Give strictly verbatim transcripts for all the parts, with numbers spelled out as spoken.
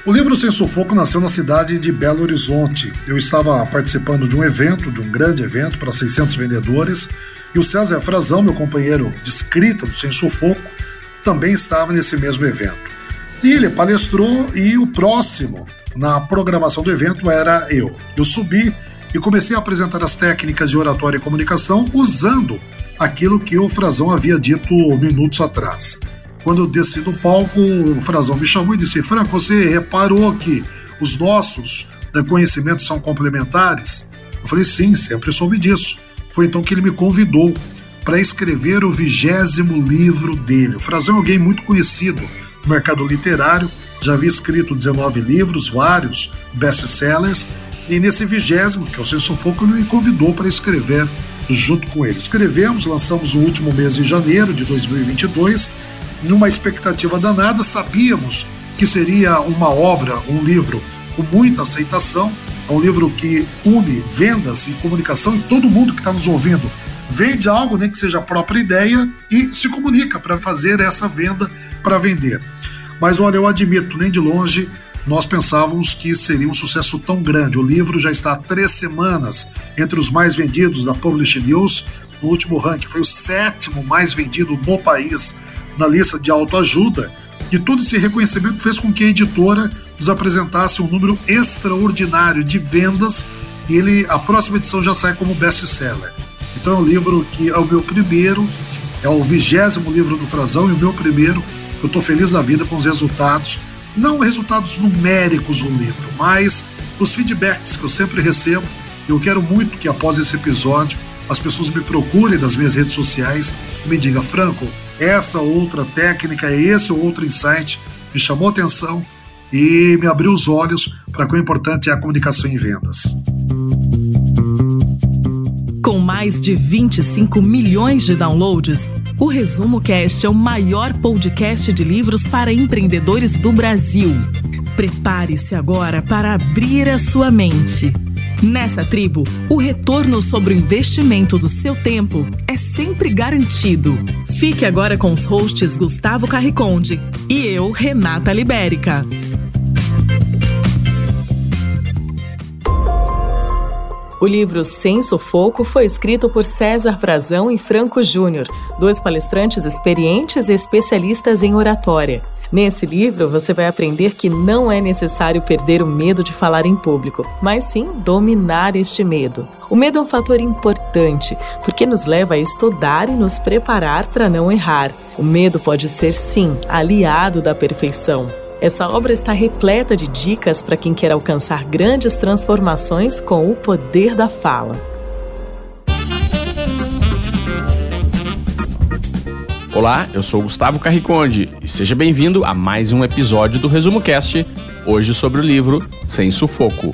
O livro Sem Sufoco nasceu na cidade de Belo Horizonte. Eu estava participando de um evento, de um grande evento para seiscentos vendedores, e o César Frazão, meu companheiro de escrita do Sem Sufoco, também estava nesse mesmo evento. E ele palestrou e o próximo na programação do evento era eu. Eu subi e comecei a apresentar as técnicas de oratória e comunicação usando aquilo que o Frazão havia dito minutos atrás. Quando eu desci do palco, o Frazão me chamou e disse: Franco, você reparou que os nossos conhecimentos são complementares? Eu falei: sim, sempre soube disso. Foi então que ele me convidou para escrever o vigésimo livro dele. O Frazão é alguém muito conhecido no mercado literário, já havia escrito dezenove livros, vários best-sellers, e nesse vigésimo, que é o Sem Sufoco, ele me convidou para escrever junto com ele. Escrevemos, lançamos no último mês de janeiro de dois mil e vinte e dois, numa expectativa danada. Sabíamos que seria uma obra, um livro com muita aceitação, é um livro que une vendas e comunicação, e todo mundo que está nos ouvindo vende algo, nem que seja a própria ideia, e se comunica para fazer essa venda, para vender. Mas olha, eu admito, nem de longe nós pensávamos que seria um sucesso tão grande. O livro já está há três semanas entre os mais vendidos da Publish News. No último ranking foi o sétimo mais vendido no país na lista de autoajuda, e todo esse reconhecimento fez com que a editora nos apresentasse um número extraordinário de vendas, e ele, a próxima edição já sai como best-seller. Então é um livro que é o meu primeiro, é o vigésimo livro do Frazão, e o meu primeiro. Eu estou feliz da vida com os resultados, não resultados numéricos do livro, mas os feedbacks que eu sempre recebo. Eu quero muito que após esse episódio as pessoas me procurem nas minhas redes sociais e me digam: Franco, essa outra técnica, esse ou outro insight me chamou a atenção e me abriu os olhos para quão importante é a comunicação em vendas. Com mais de vinte e cinco milhões de downloads, o Resumo Cast é o maior podcast de livros para empreendedores do Brasil. Prepare-se agora para abrir a sua mente. Nessa tribo, o retorno sobre o investimento do seu tempo é sempre garantido. Fique agora com os hosts Gustavo Carriconde e eu, Renata Libérica. O livro Sem Sufoco foi escrito por César Frazão e Franco Júnior, dois palestrantes experientes e especialistas em oratória. Nesse livro, você vai aprender que não é necessário perder o medo de falar em público, mas sim dominar este medo. O medo é um fator importante, porque nos leva a estudar e nos preparar para não errar. O medo pode ser, sim, aliado da perfeição. Essa obra está repleta de dicas para quem quer alcançar grandes transformações com o poder da fala. Olá, eu sou Gustavo Carriconde e seja bem-vindo a mais um episódio do Resumo Cast, hoje sobre o livro Sem Sufoco.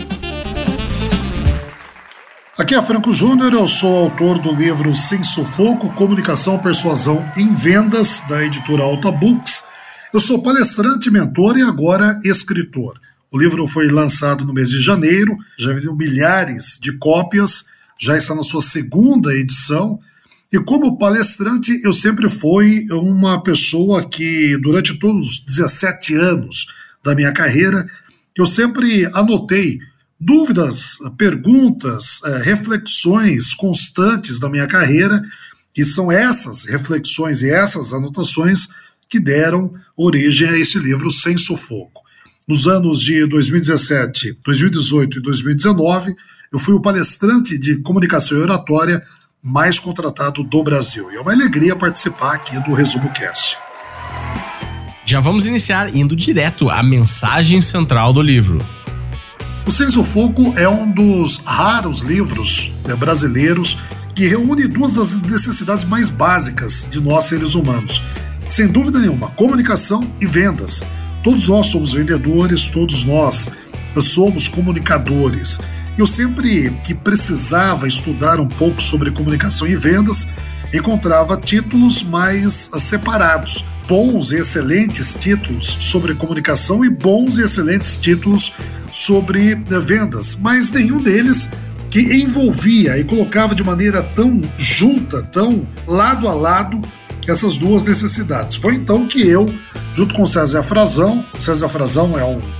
Aqui é Franco Júnior, eu sou autor do livro Sem Sufoco, Comunicação e Persuasão em Vendas, da editora Alta Books. Eu sou palestrante, mentor e agora escritor. O livro foi lançado no mês de janeiro, já vendeu milhares de cópias, já está na sua segunda edição. E como palestrante, eu sempre fui uma pessoa que, durante todos os dezessete anos da minha carreira, eu sempre anotei dúvidas, perguntas, reflexões constantes da minha carreira, e são essas reflexões e essas anotações que deram origem a esse livro Sem Sufoco. Nos anos de dois mil e dezessete, dois mil e dezoito e dois mil e dezenove, eu fui o palestrante de comunicação e oratória mais contratado do Brasil. E é uma alegria participar aqui do Resumo Cast. Já vamos iniciar indo direto à mensagem central do livro. O Sem Sufoco é um dos raros livros né, brasileiros que reúne duas das necessidades mais básicas de nós seres humanos. Sem dúvida nenhuma, comunicação e vendas. Todos nós somos vendedores, todos nós somos comunicadores. Eu sempre que precisava estudar um pouco sobre comunicação e vendas, encontrava títulos mais separados. Bons e excelentes títulos sobre comunicação e bons e excelentes títulos sobre vendas, mas nenhum deles que envolvia e colocava de maneira tão junta, tão lado a lado, essas duas necessidades. Foi então que eu, junto com César Frazão, César Frazão é um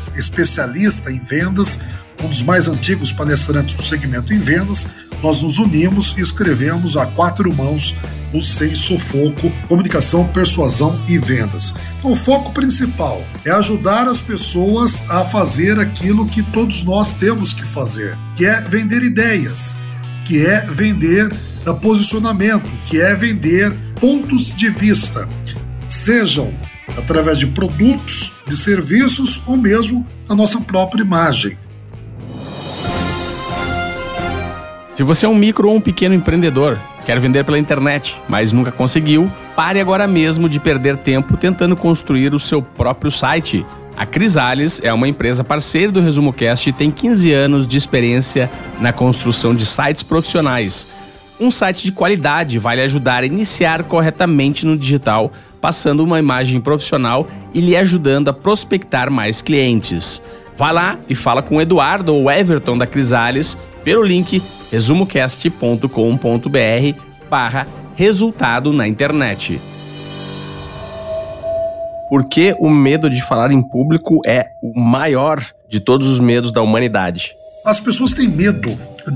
especialista em vendas, um dos mais antigos palestrantes do segmento em vendas, nós nos unimos e escrevemos a quatro mãos o Sem Sufoco, Comunicação, Persuasão e Vendas. Então, o foco principal é ajudar as pessoas a fazer aquilo que todos nós temos que fazer, que é vender ideias, que é vender posicionamento, que é vender pontos de vista, sejam através de produtos, de serviços ou mesmo a nossa própria imagem. Se você é um micro ou um pequeno empreendedor, quer vender pela internet, mas nunca conseguiu, pare agora mesmo de perder tempo tentando construir o seu próprio site. A Crisales é uma empresa parceira do Resumo Cast e tem quinze anos de experiência na construção de sites profissionais. Um site de qualidade vai lhe ajudar a iniciar corretamente no digital, passando uma imagem profissional e lhe ajudando a prospectar mais clientes. Vá lá e fala com o Eduardo ou Everton da Crisales pelo link resumocast.com.br barra resultado na internet. Porque o medo de falar em público é o maior de todos os medos da humanidade. As pessoas têm medo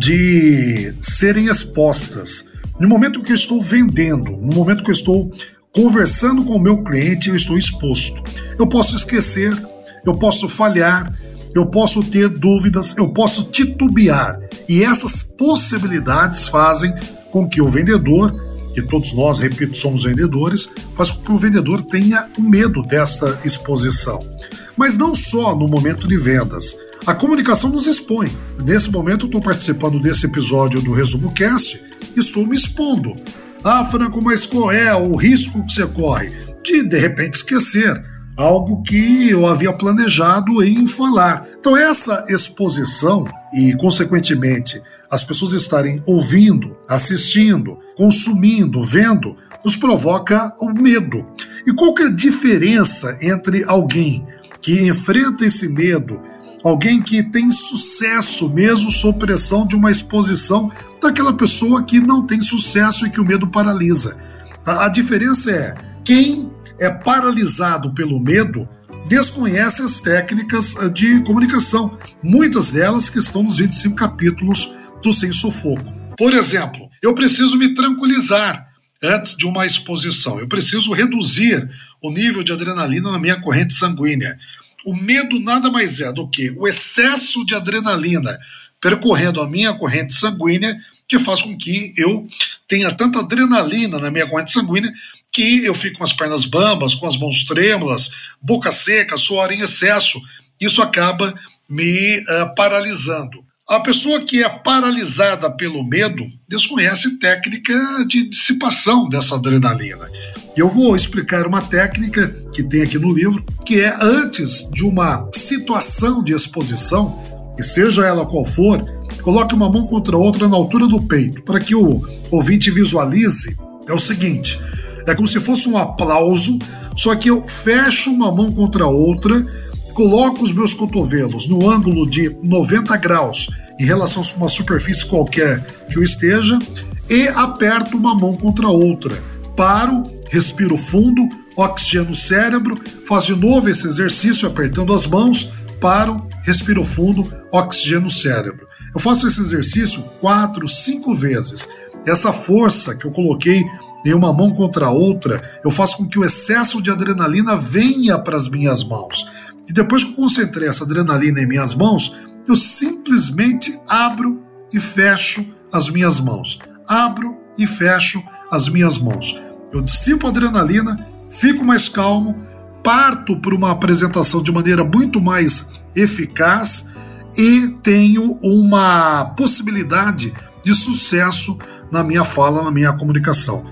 de serem expostas. No momento que eu estou vendendo, no momento que eu estou conversando com o meu cliente, eu estou exposto. Eu posso esquecer, eu posso falhar, eu posso ter dúvidas, eu posso titubear. E essas possibilidades fazem com que o vendedor, que todos nós, repito, somos vendedores, faz com que o vendedor tenha um medo desta exposição. Mas não só no momento de vendas. A comunicação nos expõe. Nesse momento eu estou participando desse episódio do Resumo Cast e estou me expondo. Ah, Franco, mas qual é o risco que você corre? De, de repente, esquecer algo que eu havia planejado em falar. Então essa exposição e, consequentemente, as pessoas estarem ouvindo, assistindo, consumindo, vendo, nos provoca o medo. E qual que é a diferença entre alguém que enfrenta esse medo, alguém que tem sucesso mesmo sob pressão de uma exposição, daquela pessoa que não tem sucesso e que o medo paralisa? A, a diferença é quem é paralisado pelo medo desconhece as técnicas de comunicação, muitas delas que estão nos vinte e cinco capítulos do Sem Sufoco. Por exemplo, eu preciso me tranquilizar antes de uma exposição, eu preciso reduzir o nível de adrenalina na minha corrente sanguínea. O medo nada mais é do que o excesso de adrenalina percorrendo a minha corrente sanguínea, que faz com que eu tenha tanta adrenalina na minha corrente sanguínea que eu fico com as pernas bambas, com as mãos trêmulas, boca seca, suor em excesso. Isso acaba me uh, paralisando. A pessoa que é paralisada pelo medo desconhece técnica de dissipação dessa adrenalina. Eu vou explicar uma técnica que tem aqui no livro, que é antes de uma situação de exposição, que seja ela qual for, coloque uma mão contra a outra na altura do peito, para que o ouvinte visualize. É o seguinte, é como se fosse um aplauso, só que eu fecho uma mão contra a outra, coloco os meus cotovelos no ângulo de noventa graus em relação a uma superfície qualquer que eu esteja e aperto uma mão contra a outra. Paro, respiro fundo, oxigeno o cérebro, faço de novo esse exercício apertando as mãos, paro, respiro fundo, oxigeno o cérebro. Eu faço esse exercício quatro, cinco vezes. Essa força que eu coloquei em uma mão contra a outra, eu faço com que o excesso de adrenalina venha para as minhas mãos. E depois que eu concentrei essa adrenalina em minhas mãos, eu simplesmente abro e fecho as minhas mãos. Abro e fecho as minhas mãos. Eu dissipo a adrenalina, fico mais calmo, parto para uma apresentação de maneira muito mais eficaz e tenho uma possibilidade de sucesso na minha fala, na minha comunicação.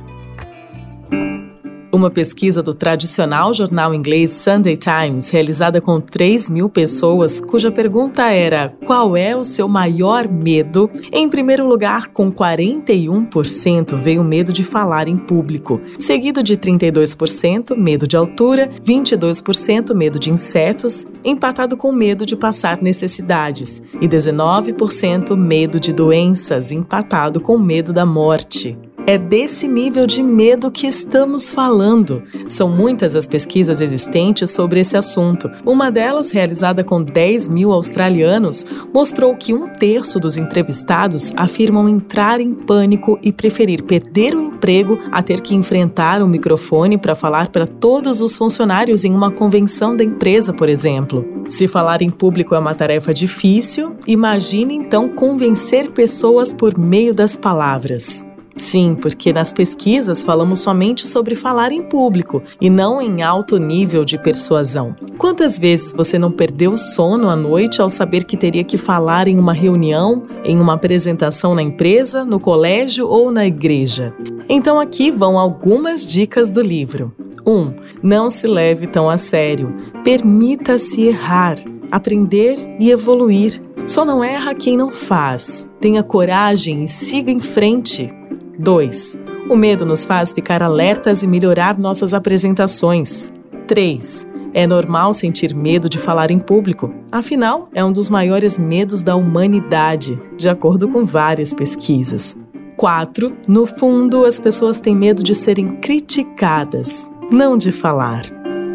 Uma pesquisa do tradicional jornal inglês Sunday Times, realizada com três mil pessoas, cuja pergunta era: qual é o seu maior medo? Em primeiro lugar, com quarenta e um por cento, veio o medo de falar em público, seguido de trinta e dois por cento medo de altura, vinte e dois por cento medo de insetos, empatado com medo de passar necessidades, e dezenove por cento medo de doenças, empatado com medo da morte. É desse nível de medo que estamos falando. São muitas as pesquisas existentes sobre esse assunto. Uma delas, realizada com dez mil australianos, mostrou que um terço dos entrevistados afirmam entrar em pânico e preferir perder o emprego a ter que enfrentar um microfone para falar para todos os funcionários em uma convenção da empresa, por exemplo. Se falar em público é uma tarefa difícil, imagine então convencer pessoas por meio das palavras. Sim, porque nas pesquisas falamos somente sobre falar em público e não em alto nível de persuasão. Quantas vezes você não perdeu o sono à noite ao saber que teria que falar em uma reunião, em uma apresentação na empresa, no colégio ou na igreja? Então aqui vão algumas dicas do livro. um. Não se leve tão a sério. Permita-se errar, aprender e evoluir. Só não erra quem não faz. Tenha coragem e siga em frente. dois. O medo nos faz ficar alertas e melhorar nossas apresentações. três. É normal sentir medo de falar em público. Afinal, é um dos maiores medos da humanidade, de acordo com várias pesquisas. quatro. No fundo, as pessoas têm medo de serem criticadas, não de falar.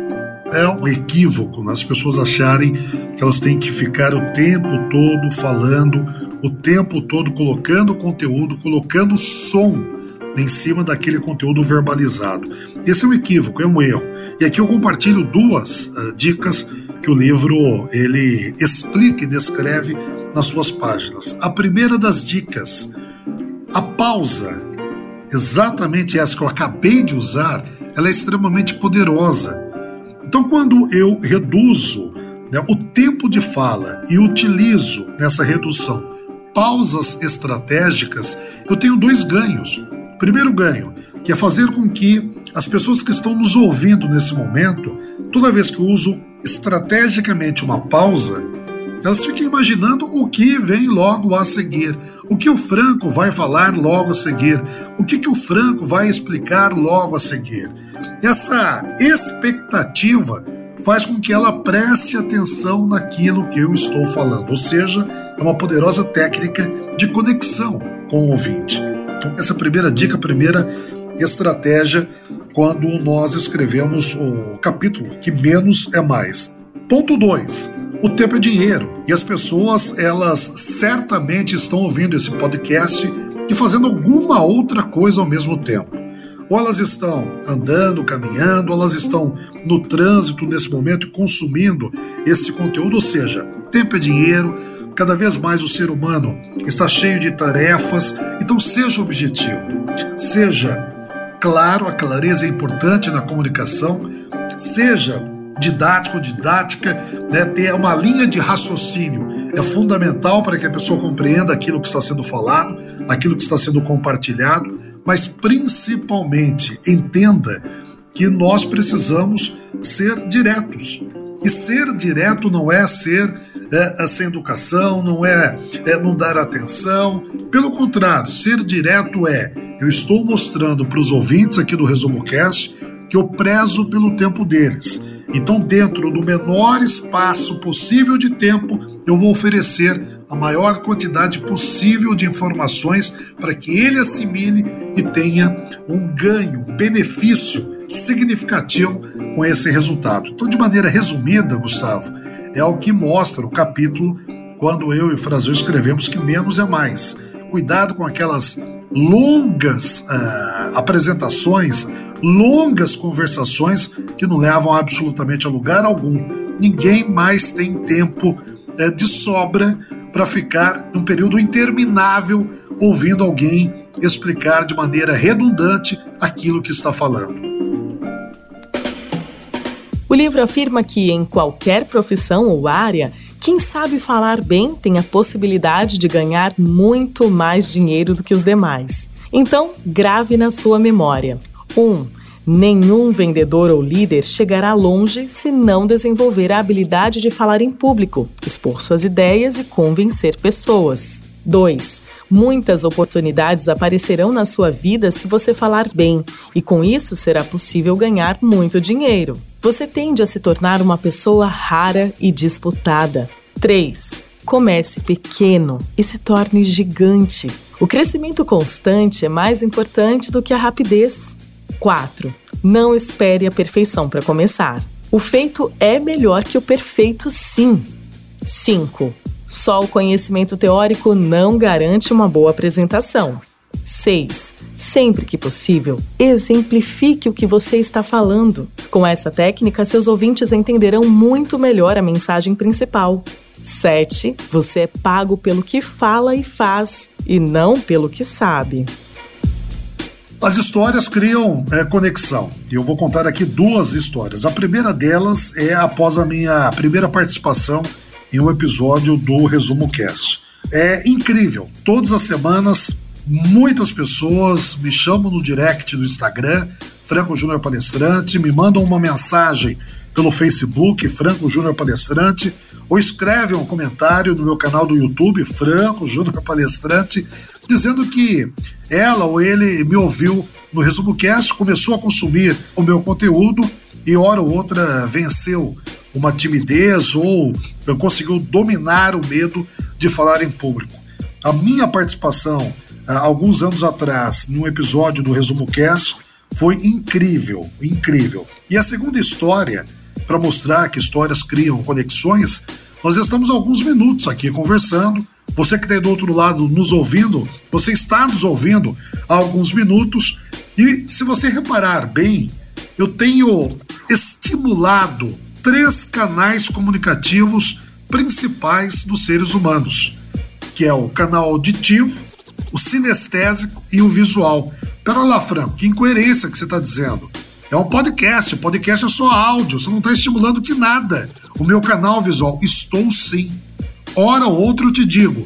É um equívoco as pessoas acharem que elas têm que ficar o tempo todo falando, o tempo todo colocando conteúdo, colocando som em cima daquele conteúdo verbalizado. Esse é um equívoco, é um erro. E aqui eu compartilho duas uh, dicas que o livro ele explica e descreve nas suas páginas. A primeira das dicas, a pausa, exatamente essa que eu acabei de usar, ela é extremamente poderosa. Então, quando eu reduzo, né, o tempo de fala e utilizo nessa redução pausas estratégicas, eu tenho dois ganhos. O primeiro ganho, que é fazer com que as pessoas que estão nos ouvindo nesse momento, toda vez que eu uso estrategicamente uma pausa, elas fiquem imaginando o que vem logo a seguir, o que o Franco vai falar logo a seguir, o que, que o Franco vai explicar logo a seguir. Essa expectativa faz com que ela preste atenção naquilo que eu estou falando, ou seja, é uma poderosa técnica de conexão com o ouvinte. Então, essa primeira dica, a primeira estratégia quando nós escrevemos o capítulo que menos é mais. Ponto dois. O tempo é dinheiro e as pessoas, elas certamente estão ouvindo esse podcast e fazendo alguma outra coisa ao mesmo tempo. Ou elas estão andando, caminhando, ou elas estão no trânsito nesse momento consumindo esse conteúdo, ou seja, tempo é dinheiro, cada vez mais o ser humano está cheio de tarefas, então seja objetivo, seja claro, a clareza é importante na comunicação, seja didático, didática, né, ter uma linha de raciocínio é fundamental para que a pessoa compreenda aquilo que está sendo falado, aquilo que está sendo compartilhado, mas principalmente entenda que nós precisamos ser diretos. E ser direto não é ser é, sem educação, não é, é não dar atenção. Pelo contrário, ser direto é: eu estou mostrando para os ouvintes aqui do ResumoCast que eu prezo pelo tempo deles. Então, dentro do menor espaço possível de tempo, eu vou oferecer a maior quantidade possível de informações para que ele assimile e tenha um ganho, um benefício significativo com esse resultado. Então, de maneira resumida, Gustavo, é o que mostra o capítulo quando eu e o Frazão escrevemos que menos é mais. Cuidado com aquelas longas uh, apresentações, longas conversações que não levam absolutamente a lugar algum. Ninguém mais tem tempo uh, de sobra para ficar num período interminável ouvindo alguém explicar de maneira redundante aquilo que está falando. O livro afirma que em qualquer profissão ou área, quem sabe falar bem tem a possibilidade de ganhar muito mais dinheiro do que os demais. Então, grave na sua memória. um. Nenhum vendedor ou líder chegará longe se não desenvolver a habilidade de falar em público, expor suas ideias e convencer pessoas. dois. Muitas oportunidades aparecerão na sua vida se você falar bem, e com isso será possível ganhar muito dinheiro. Você tende a se tornar uma pessoa rara e disputada. três. Comece pequeno e se torne gigante. O crescimento constante é mais importante do que a rapidez. quatro. Não espere a perfeição para começar. O feito é melhor que o perfeito, sim. cinco. Só o conhecimento teórico não garante uma boa apresentação. seis. Sempre que possível, exemplifique o que você está falando. Com essa técnica, seus ouvintes entenderão muito melhor a mensagem principal. sete. Você é pago pelo que fala e faz, e não pelo que sabe. As histórias criam é, conexão. E eu vou contar aqui duas histórias. A primeira delas é após a minha primeira participação em um episódio do Resumo Cast. É incrível. Todas as semanas, muitas pessoas me chamam no direct do Instagram, Franco Júnior Palestrante, me mandam uma mensagem pelo Facebook, Franco Júnior Palestrante, ou escrevem um comentário no meu canal do YouTube, Franco Júnior Palestrante, dizendo que ela ou ele me ouviu no Resumo Cast, começou a consumir o meu conteúdo e hora ou outra venceu uma timidez ou conseguiu dominar o medo de falar em público. A minha participação há alguns anos atrás num episódio do Resumo Cast foi incrível, incrível. E a segunda história, para mostrar que histórias criam conexões, nós estamos há alguns minutos aqui conversando. Você que está do outro lado nos ouvindo, você está nos ouvindo há alguns minutos, e se você reparar bem, eu tenho estimulado três canais comunicativos principais dos seres humanos, que é o canal auditivo, o sinestésico e o visual. Pera lá, Franco, que incoerência que você está dizendo. É um podcast, podcast é só áudio, você não está estimulando que nada. O meu canal visual, estou sim. Hora ou outra eu te digo,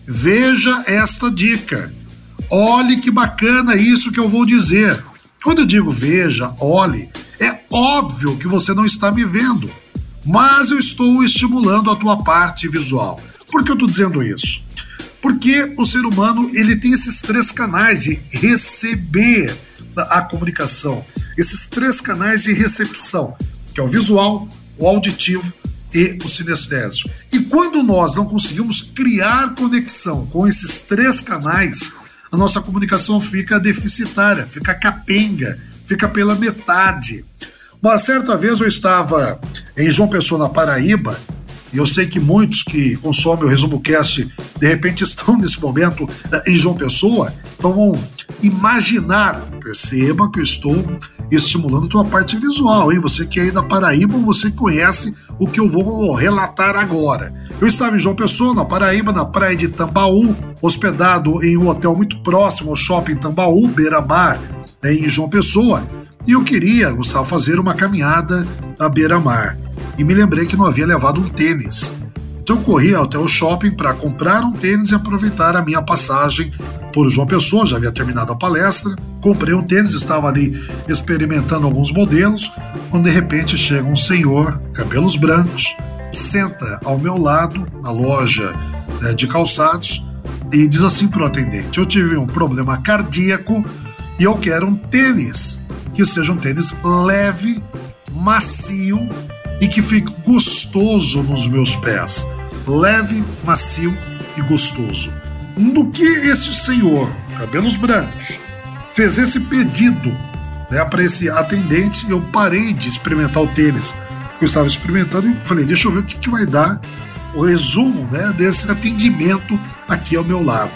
veja esta dica. Olhe que bacana isso que eu vou dizer. Quando eu digo veja, olhe, é óbvio que você não está me vendo, mas eu estou estimulando a tua parte visual. Por que eu estou dizendo isso? Porque o ser humano ele tem esses três canais de receber a comunicação, esses três canais de recepção, que é o visual, o auditivo e o sinestésico. E quando nós não conseguimos criar conexão com esses três canais, a nossa comunicação fica deficitária, fica capenga, fica pela metade. Uma certa vez eu estava em João Pessoa, na Paraíba, e eu sei que muitos que consomem o Resumo Cast de repente estão nesse momento em João Pessoa, então vão imaginar, perceba que eu estou estimulando a tua parte visual, hein? Você que é aí da Paraíba, você conhece o que eu vou relatar agora. Eu estava em João Pessoa, na Paraíba, na praia de Tambaú, hospedado em um hotel muito próximo ao shopping Tambaú, beira-mar, em João Pessoa, e eu queria, Gustavo, fazer uma caminhada à beira-mar. E me lembrei que não havia levado um tênis. Então eu corri até o shopping para comprar um tênis e aproveitar a minha passagem por João Pessoa, já havia terminado a palestra, comprei um tênis, estava ali experimentando alguns modelos, quando de repente chega um senhor, cabelos brancos, senta ao meu lado, na loja né, de calçados, e diz assim para o atendente: eu tive um problema cardíaco e eu quero um tênis, que seja um tênis leve, macio, e que fique gostoso nos meus pés. Leve, macio e gostoso. No que esse senhor, cabelos brancos, fez esse pedido né, para esse atendente, eu parei de experimentar o tênis que eu estava experimentando e falei, deixa eu ver o que, que vai dar o resumo né, desse atendimento aqui ao meu lado.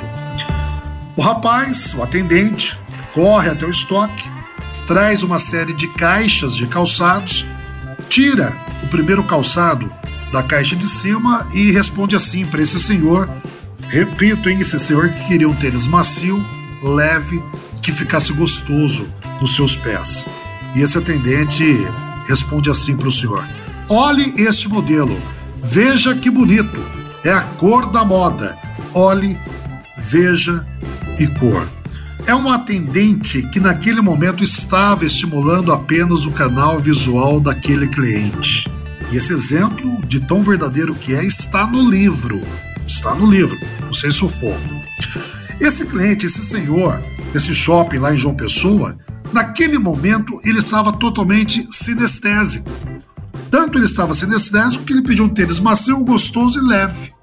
O rapaz, o atendente, corre até o estoque, traz uma série de caixas de calçados, tira o primeiro calçado da caixa de cima e responde assim para esse senhor, repito, hein, esse senhor que queria um tênis macio, leve, que ficasse gostoso nos seus pés. E esse atendente responde assim para o senhor: olhe este modelo, veja que bonito, é a cor da moda, olhe, veja e cor. É um atendente que naquele momento estava estimulando apenas o canal visual daquele cliente. E esse exemplo de tão verdadeiro que é está no livro. Está no livro, o Sem Sufoco. Esse cliente, esse senhor, esse shopping lá em João Pessoa, naquele momento ele estava totalmente sinestésico. Tanto ele estava sinestésico que ele pediu um tênis macio, gostoso e leve.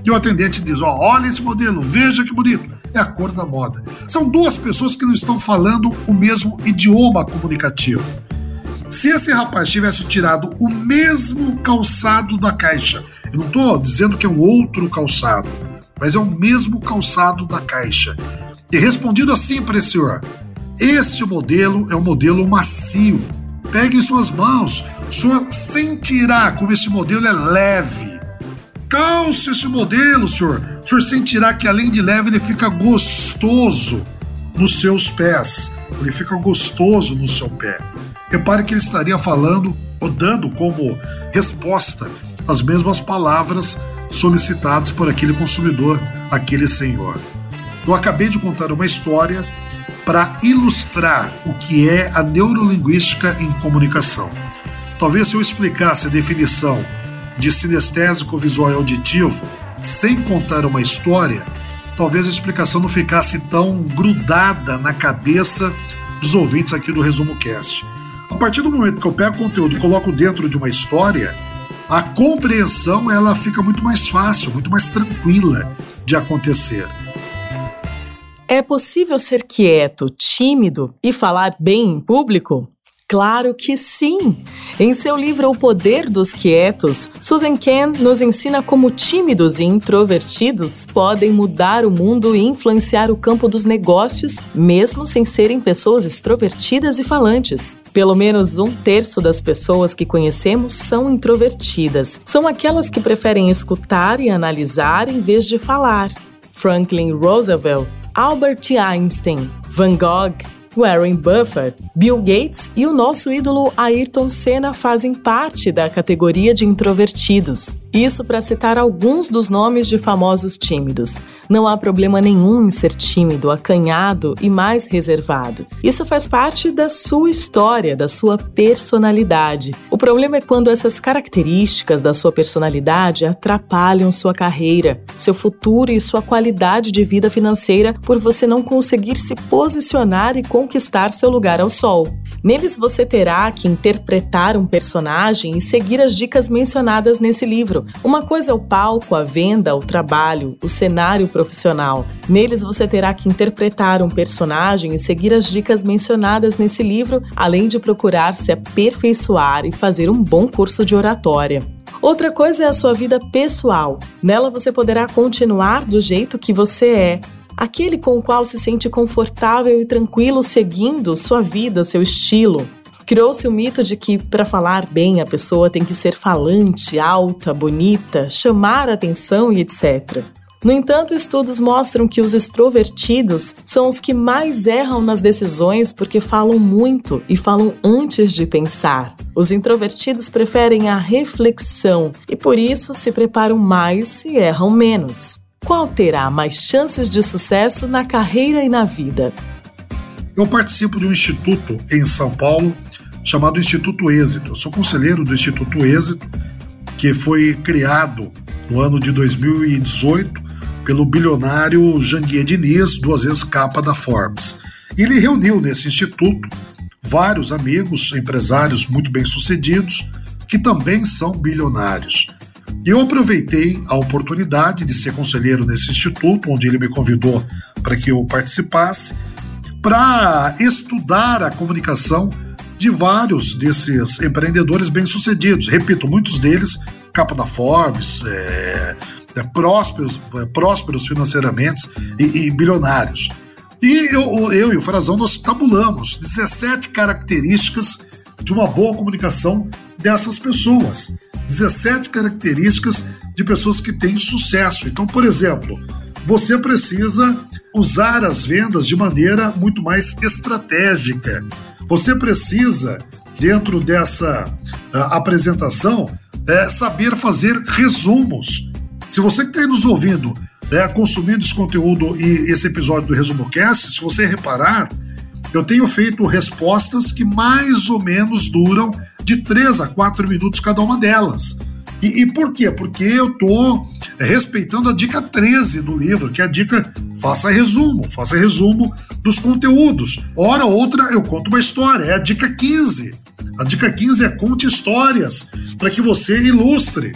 E o atendente diz, ó, olha esse modelo, veja que bonito, é a cor da moda. São duas pessoas que não estão falando o mesmo idioma comunicativo. Se esse rapaz tivesse tirado o mesmo calçado da caixa, eu não estou dizendo que é um outro calçado, mas é o mesmo calçado da caixa, e respondido assim para esse senhor, este modelo é um modelo macio, pegue em suas mãos, o senhor sentirá como esse modelo é leve. Calce esse modelo, senhor. O senhor sentirá que além de leve, ele fica gostoso nos seus pés. Ele fica gostoso no seu pé. Repare que ele estaria falando, ou dando como resposta as mesmas palavras solicitadas por aquele consumidor, aquele senhor. Eu acabei de contar uma história para ilustrar o que é a neurolinguística em comunicação. Talvez se eu explicasse a definição de sinestésico visual e auditivo, sem contar uma história, talvez a explicação não ficasse tão grudada na cabeça dos ouvintes aqui do Resumo Cast. A partir do momento que eu pego conteúdo e coloco dentro de uma história, a compreensão ela fica muito mais fácil, muito mais tranquila de acontecer. É possível ser quieto, tímido e falar bem em público? Claro que sim! Em seu livro O Poder dos Quietos, Susan Cain nos ensina como tímidos e introvertidos podem mudar o mundo e influenciar o campo dos negócios, mesmo sem serem pessoas extrovertidas e falantes. Pelo menos um terço das pessoas que conhecemos são introvertidas. São aquelas que preferem escutar e analisar em vez de falar. Franklin Roosevelt, Albert Einstein, Van Gogh, Warren Buffett, Bill Gates e o nosso ídolo Ayrton Senna fazem parte da categoria de introvertidos. Isso para citar alguns dos nomes de famosos tímidos. Não há problema nenhum em ser tímido, acanhado e mais reservado. Isso faz parte da sua história, da sua personalidade. O problema é quando essas características da sua personalidade atrapalham sua carreira, seu futuro e sua qualidade de vida financeira por você não conseguir se posicionar e conquistar seu lugar ao sol. Neles você terá que interpretar um personagem e seguir as dicas mencionadas nesse livro. Uma coisa é o palco, a venda, o trabalho, o cenário profissional. Neles você terá que interpretar um personagem e seguir as dicas mencionadas nesse livro, além de procurar se aperfeiçoar e fazer um bom curso de oratória. Outra coisa é a sua vida pessoal. Nela você poderá continuar do jeito que você é, aquele com o qual se sente confortável e tranquilo seguindo sua vida, seu estilo. Criou-se o mito de que, para falar bem, a pessoa tem que ser falante, alta, bonita, chamar a atenção e etcétera. No entanto, estudos mostram que os extrovertidos são os que mais erram nas decisões porque falam muito e falam antes de pensar. Os introvertidos preferem a reflexão e, por isso, se preparam mais e erram menos. Qual terá mais chances de sucesso na carreira e na vida? Eu participo de um instituto em São Paulo chamado Instituto Êxito. Eu sou conselheiro do Instituto Êxito, que foi criado no ano de dois mil e dezoito pelo bilionário Janguier Diniz, duas vezes capa da Forbes. Ele reuniu nesse instituto vários amigos, empresários muito bem-sucedidos, que também são bilionários. Eu aproveitei a oportunidade de ser conselheiro nesse instituto, onde ele me convidou para que eu participasse, para estudar a comunicação de vários desses empreendedores bem-sucedidos. Repito, muitos deles, capa da Forbes, é, é, prósperos, é, prósperos financeiramente e, e bilionários. E eu, eu e o Frazão, nós tabulamos dezessete características de uma boa comunicação dessas pessoas. dezessete características de pessoas que têm sucesso. Então, por exemplo, você precisa usar as vendas de maneira muito mais estratégica. Você precisa, dentro dessa uh, apresentação, uh, saber fazer resumos. Se você que está aí nos ouvindo, uh, consumindo esse conteúdo e esse episódio do Resumo Cast, se você reparar, eu tenho feito respostas que mais ou menos duram de três a quatro minutos cada uma delas. E, e por quê? Porque eu estou respeitando a dica treze do livro, que é a dica faça resumo, faça resumo dos conteúdos. Hora ou outra eu conto uma história, é a dica quinze. A dica quinze é conte histórias, para que você ilustre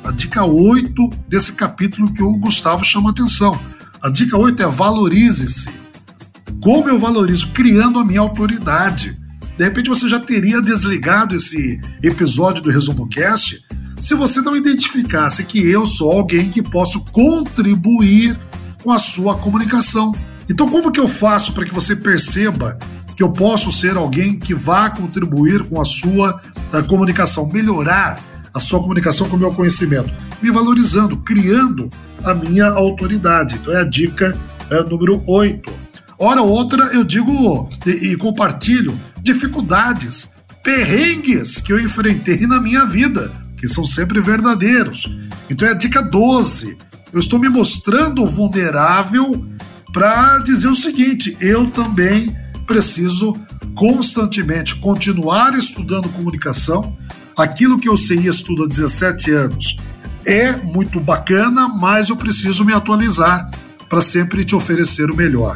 a dica oito desse capítulo que o Gustavo chama a atenção. A dica oito é valorize-se. Como eu valorizo? Criando a minha autoridade. De repente você já teria desligado esse episódio do Resumo Cast se você não identificasse que eu sou alguém que posso contribuir com a sua comunicação. Então como que eu faço para que você perceba que eu posso ser alguém que vá contribuir com a sua a comunicação, melhorar a sua comunicação com o meu conhecimento? Me valorizando, criando a minha autoridade. Então é a dica é, número oito. Hora outra eu digo e, e compartilho dificuldades, perrengues que eu enfrentei na minha vida, que são sempre verdadeiros. Então é a dica doze. Eu estou me mostrando vulnerável para dizer o seguinte: eu também preciso constantemente continuar estudando comunicação. Aquilo que eu sei e estudo há dezessete anos é muito bacana, mas eu preciso me atualizar para sempre te oferecer o melhor.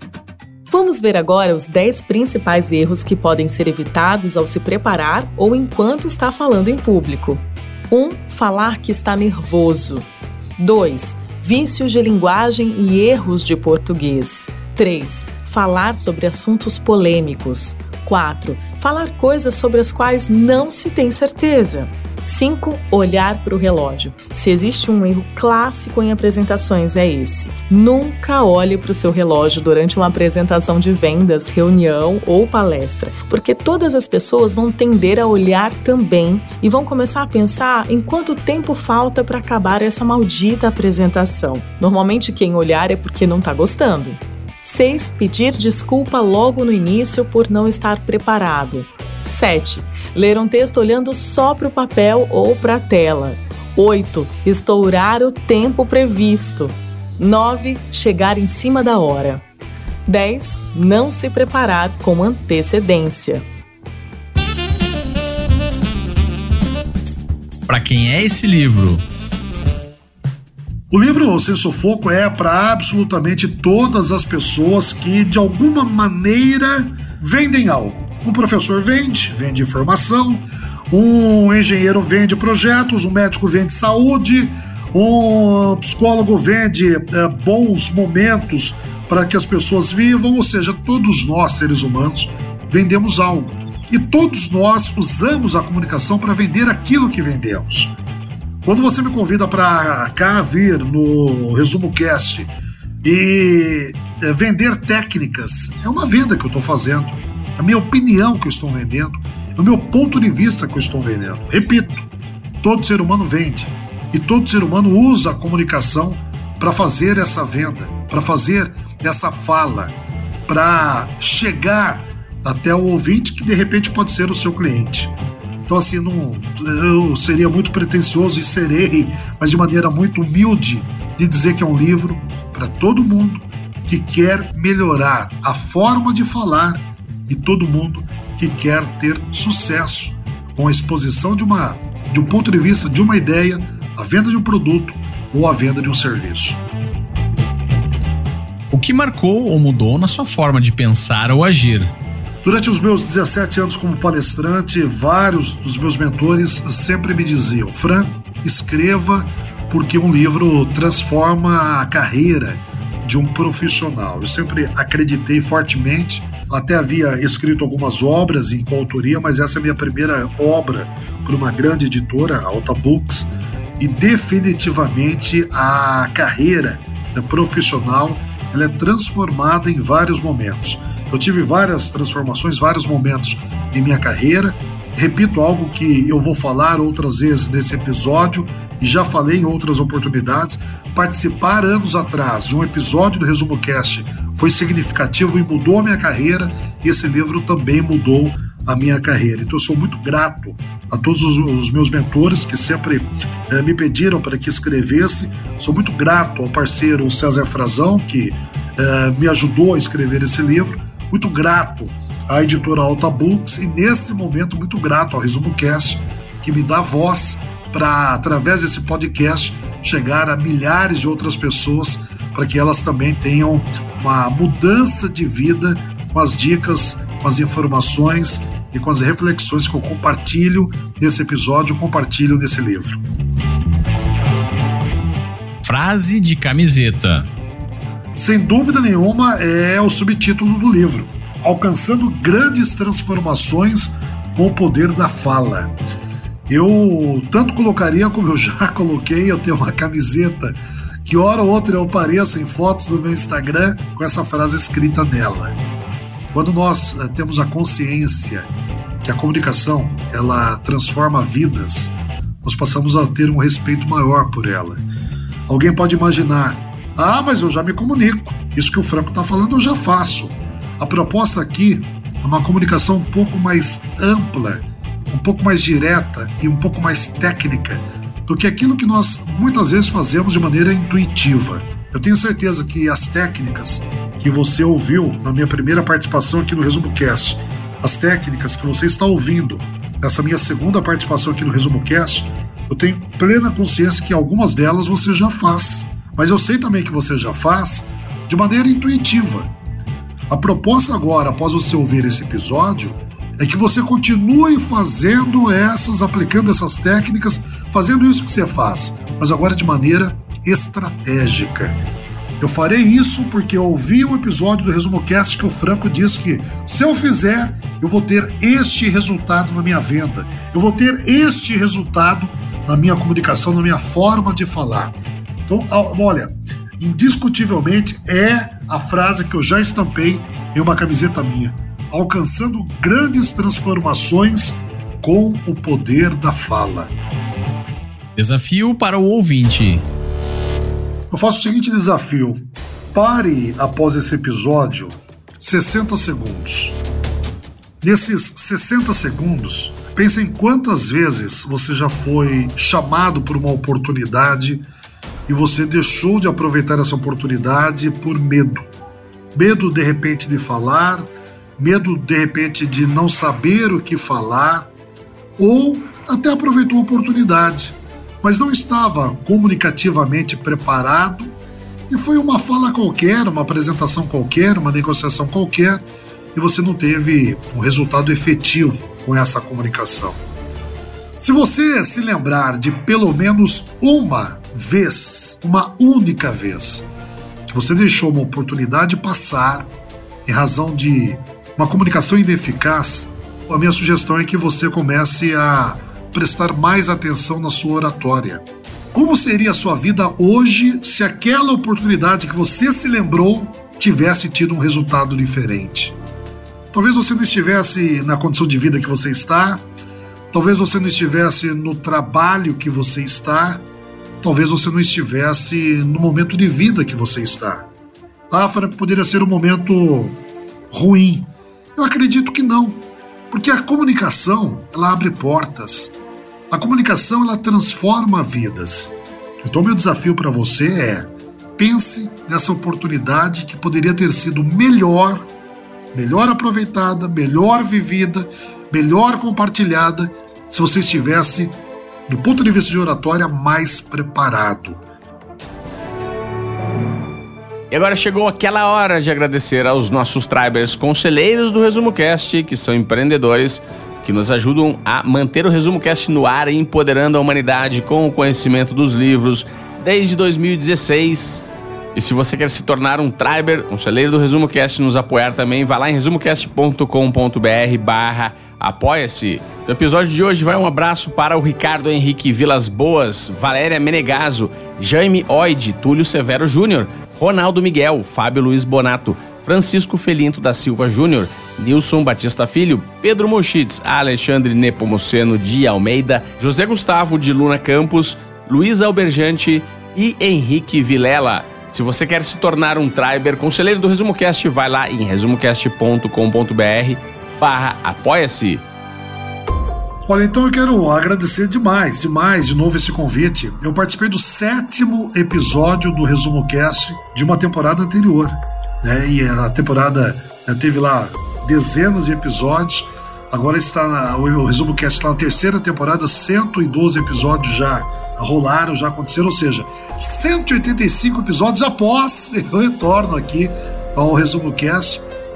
Vamos ver agora os dez principais erros que podem ser evitados ao se preparar ou enquanto está falando em público. um. Falar que está nervoso. dois. Vícios de linguagem e erros de português. três. Falar sobre assuntos polêmicos. quatro. Falar coisas sobre as quais não se tem certeza. cinco. Olhar para o relógio. Se existe um erro clássico em apresentações, é esse. Nunca olhe para o seu relógio durante uma apresentação de vendas, reunião ou palestra, porque todas as pessoas vão tender a olhar também e vão começar a pensar em quanto tempo falta para acabar essa maldita apresentação. Normalmente quem olhar é porque não está gostando. seis. Pedir desculpa logo no início por não estar preparado. sete. Ler um texto olhando só para o papel ou para a tela. oito. Estourar o tempo previsto. nove. Chegar em cima da hora. dez. Não se preparar com antecedência. Para quem é esse livro? O livro Sem Sufoco é para absolutamente todas as pessoas que, de alguma maneira, vendem algo. Um professor vende, vende informação, um engenheiro vende projetos, um médico vende saúde, um psicólogo vende é, bons momentos para que as pessoas vivam, ou seja, todos nós, seres humanos, vendemos algo. E todos nós usamos a comunicação para vender aquilo que vendemos. Quando você me convida para cá vir no Resumo Cast e é, vender técnicas, é uma venda que eu estou fazendo. A minha opinião que eu estou vendendo, o meu ponto de vista que eu estou vendendo. Repito, todo ser humano vende e todo ser humano usa a comunicação para fazer essa venda, para fazer essa fala, para chegar até o ouvinte que de repente pode ser o seu cliente. Então assim, não, eu seria muito pretensioso e serei, mas de maneira muito humilde, de dizer que é um livro para todo mundo que quer melhorar a forma de falar e todo mundo que quer ter sucesso com a exposição de, uma, de um ponto de vista, de uma ideia, a venda de um produto ou a venda de um serviço. O que marcou ou mudou na sua forma de pensar ou agir? Durante os meus dezessete anos como palestrante, vários dos meus mentores sempre me diziam: Franco, escreva, porque um livro transforma a carreira de um profissional. Eu sempre acreditei fortemente, até havia escrito algumas obras em coautoria, mas essa é a minha primeira obra por uma grande editora, a Alta Books, e definitivamente a carreira profissional ela é transformada em vários momentos. Eu tive várias transformações, vários momentos em minha carreira. Repito algo que eu vou falar outras vezes nesse episódio e já falei em outras oportunidades. Participar anos atrás de um episódio do Resumo Cast foi significativo e mudou a minha carreira, e esse livro também mudou a minha carreira. Então eu sou muito grato a todos os, os meus mentores que sempre eh, me pediram para que escrevesse. Sou muito grato ao parceiro César Frazão, que eh, me ajudou a escrever esse livro. Muito grato à editora Alta Books e, nesse momento, muito grato ao Resumo Cast, que me dá voz para, através desse podcast, chegar a milhares de outras pessoas para que elas também tenham uma mudança de vida com as dicas, com as informações e com as reflexões que eu compartilho nesse episódio, eu compartilho nesse livro. frase de camiseta. Sem dúvida nenhuma, é o subtítulo do livro: Alcançando Grandes Transformações com o Poder da Fala. Eu tanto colocaria como eu já coloquei, eu tenho uma camiseta que hora ou outra eu apareço em fotos do meu Instagram com essa frase escrita nela. Quando nós uh, temos a consciência que a comunicação ela transforma vidas, nós passamos a ter um respeito maior por ela. Alguém pode imaginar: ah, mas eu já me comunico, isso que o Franco está falando eu já faço. A proposta aqui é uma comunicação um pouco mais ampla, um pouco mais direta e um pouco mais técnica do que aquilo que nós muitas vezes fazemos de maneira intuitiva. Eu tenho certeza que as técnicas que você ouviu na minha primeira participação aqui no Resumo Cast, as técnicas que você está ouvindo nessa minha segunda participação aqui no Resumo Cast, eu tenho plena consciência que algumas delas você já faz. Mas eu sei também que você já faz de maneira intuitiva. A proposta agora, após você ouvir esse episódio, é que você continue fazendo essas, aplicando essas técnicas, fazendo isso que você faz, mas agora de maneira estratégica. Eu farei isso porque eu ouvi um episódio do Resumo Cast que o Franco disse que se eu fizer, eu vou ter este resultado na minha venda, eu vou ter este resultado na minha comunicação, na minha forma de falar. Então, olha, indiscutivelmente é a frase que eu já estampei em uma camiseta minha: alcançando grandes transformações com o poder da fala. Desafio para o ouvinte. Eu faço o seguinte desafio: pare após esse episódio sessenta segundos. Nesses sessenta segundos, pense em quantas vezes você já foi chamado por uma oportunidade e você deixou de aproveitar essa oportunidade por medo. Medo, de repente, de falar, medo, de repente, de não saber o que falar, ou até aproveitou a oportunidade, mas não estava comunicativamente preparado e foi uma fala qualquer, uma apresentação qualquer, uma negociação qualquer, e você não teve um resultado efetivo com essa comunicação. Se você se lembrar de pelo menos uma vez, uma única vez, que você deixou uma oportunidade passar em razão de uma comunicação ineficaz, a minha sugestão é que você comece a prestar mais atenção na sua oratória. Como seria a sua vida hoje se aquela oportunidade que você se lembrou tivesse tido um resultado diferente? Talvez você não estivesse na condição de vida que você está, talvez você não estivesse no trabalho que você está, talvez você não estivesse no momento de vida que você está. Ah, Franco, poderia ser um momento ruim. Eu acredito que não, porque a comunicação, ela abre portas. A comunicação, ela transforma vidas. Então, meu desafio para você é: pense nessa oportunidade que poderia ter sido melhor, melhor aproveitada, melhor vivida, melhor compartilhada, se você estivesse, do ponto de vista de oratória, mais preparado. E agora chegou aquela hora de agradecer aos nossos tribers conselheiros do Resumo Cast, que são empreendedores que nos ajudam a manter o Resumo Cast no ar e empoderando a humanidade com o conhecimento dos livros desde dois mil e dezesseis. E se você quer se tornar um triber, conselheiro do Resumo Cast, nos apoiar também, vai lá em resumocast ponto com ponto br barra apoia-se. No episódio de hoje vai um abraço para o Ricardo Henrique Vilas Boas, Valéria Menegaso, Jaime Oide, Túlio Severo Júnior, Ronaldo Miguel, Fábio Luiz Bonato, Francisco Felinto da Silva Júnior, Nilson Batista Filho, Pedro Moschitz, Alexandre Nepomuceno de Almeida, José Gustavo de Luna Campos, Luiz Alberjante e Henrique Vilela. Se você quer se tornar um triber, conselheiro do Resumo Cast, vai lá em resumocast ponto com ponto br barra apoia-se. Olha, então eu quero agradecer demais, demais de novo esse convite. Eu participei do sétimo episódio do Resumo Cast de uma temporada anterior, né? E a temporada teve lá dezenas de episódios. Agora está na, o Resumo Cast está na terceira temporada, cento e doze episódios já rolaram, já aconteceram, ou seja, cento e oitenta e cinco episódios após eu retorno aqui ao Resumo Cast.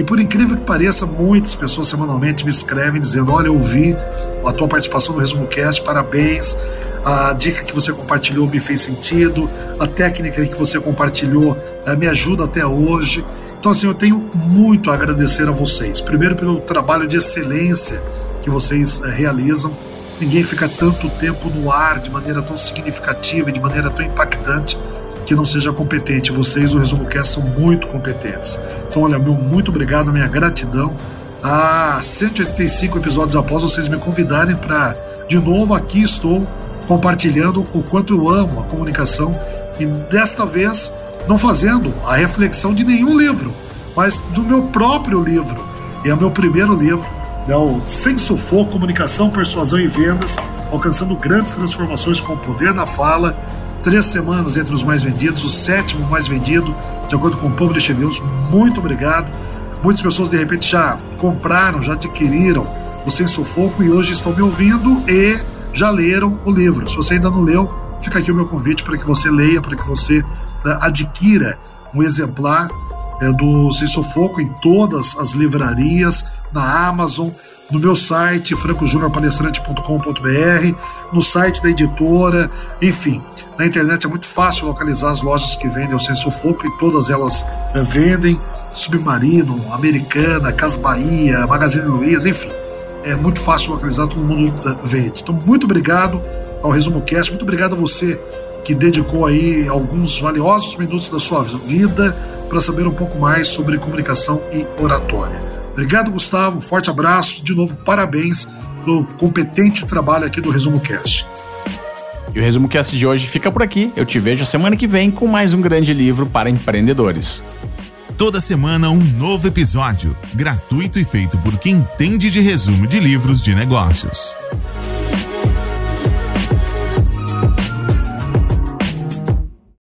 E por incrível que pareça, muitas pessoas semanalmente me escrevem dizendo: olha, eu vi a tua participação no Resumo Cast, parabéns, a dica que você compartilhou me fez sentido, a técnica que você compartilhou eh, me ajuda até hoje. Então assim, eu tenho muito a agradecer a vocês. Primeiro pelo trabalho de excelência que vocês eh, realizam. Ninguém fica tanto tempo no ar de maneira tão significativa e de maneira tão impactante que não seja competente. Vocês, o Resumo Cast, são muito competentes. Então, olha, meu muito obrigado, minha gratidão. Há cento e oitenta e cinco episódios após vocês me convidarem para, de novo, aqui estou compartilhando o quanto eu amo a comunicação e desta vez não fazendo a reflexão de nenhum livro, mas do meu próprio livro. E é o meu primeiro livro, é o Sem Sufoco, Comunicação, Persuasão e Vendas, alcançando grandes transformações com o poder da fala. Três semanas entre os mais vendidos, o sétimo mais vendido, de acordo com o Publish News. Muito obrigado. Muitas pessoas, de repente, já compraram, já adquiriram o Sem Sufoco e hoje estão me ouvindo e já leram o livro. Se você ainda não leu, fica aqui o meu convite para que você leia, para que você uh, adquira um exemplar uh, do Sem Sufoco em todas as livrarias, na Amazon, no meu site, franco junior palestrante ponto com ponto b r, no site da editora, enfim. Na internet é muito fácil localizar as lojas que vendem o Sem Sufoco e todas elas uh, vendem. Submarino, Americana, Casa Bahia, Magazine Luiza, enfim. É muito fácil localizar, todo mundo uh, vende. Então, muito obrigado ao Resumo Cast, muito obrigado a você que dedicou aí alguns valiosos minutos da sua vida para saber um pouco mais sobre comunicação e oratória. Obrigado, Gustavo, um forte abraço, de novo, parabéns pelo competente trabalho aqui do Resumo Cast. E o Resumo Cast de hoje fica por aqui. Eu te vejo semana que vem com mais um grande livro para empreendedores. Toda semana um novo episódio, gratuito e feito por quem entende de resumo de livros de negócios.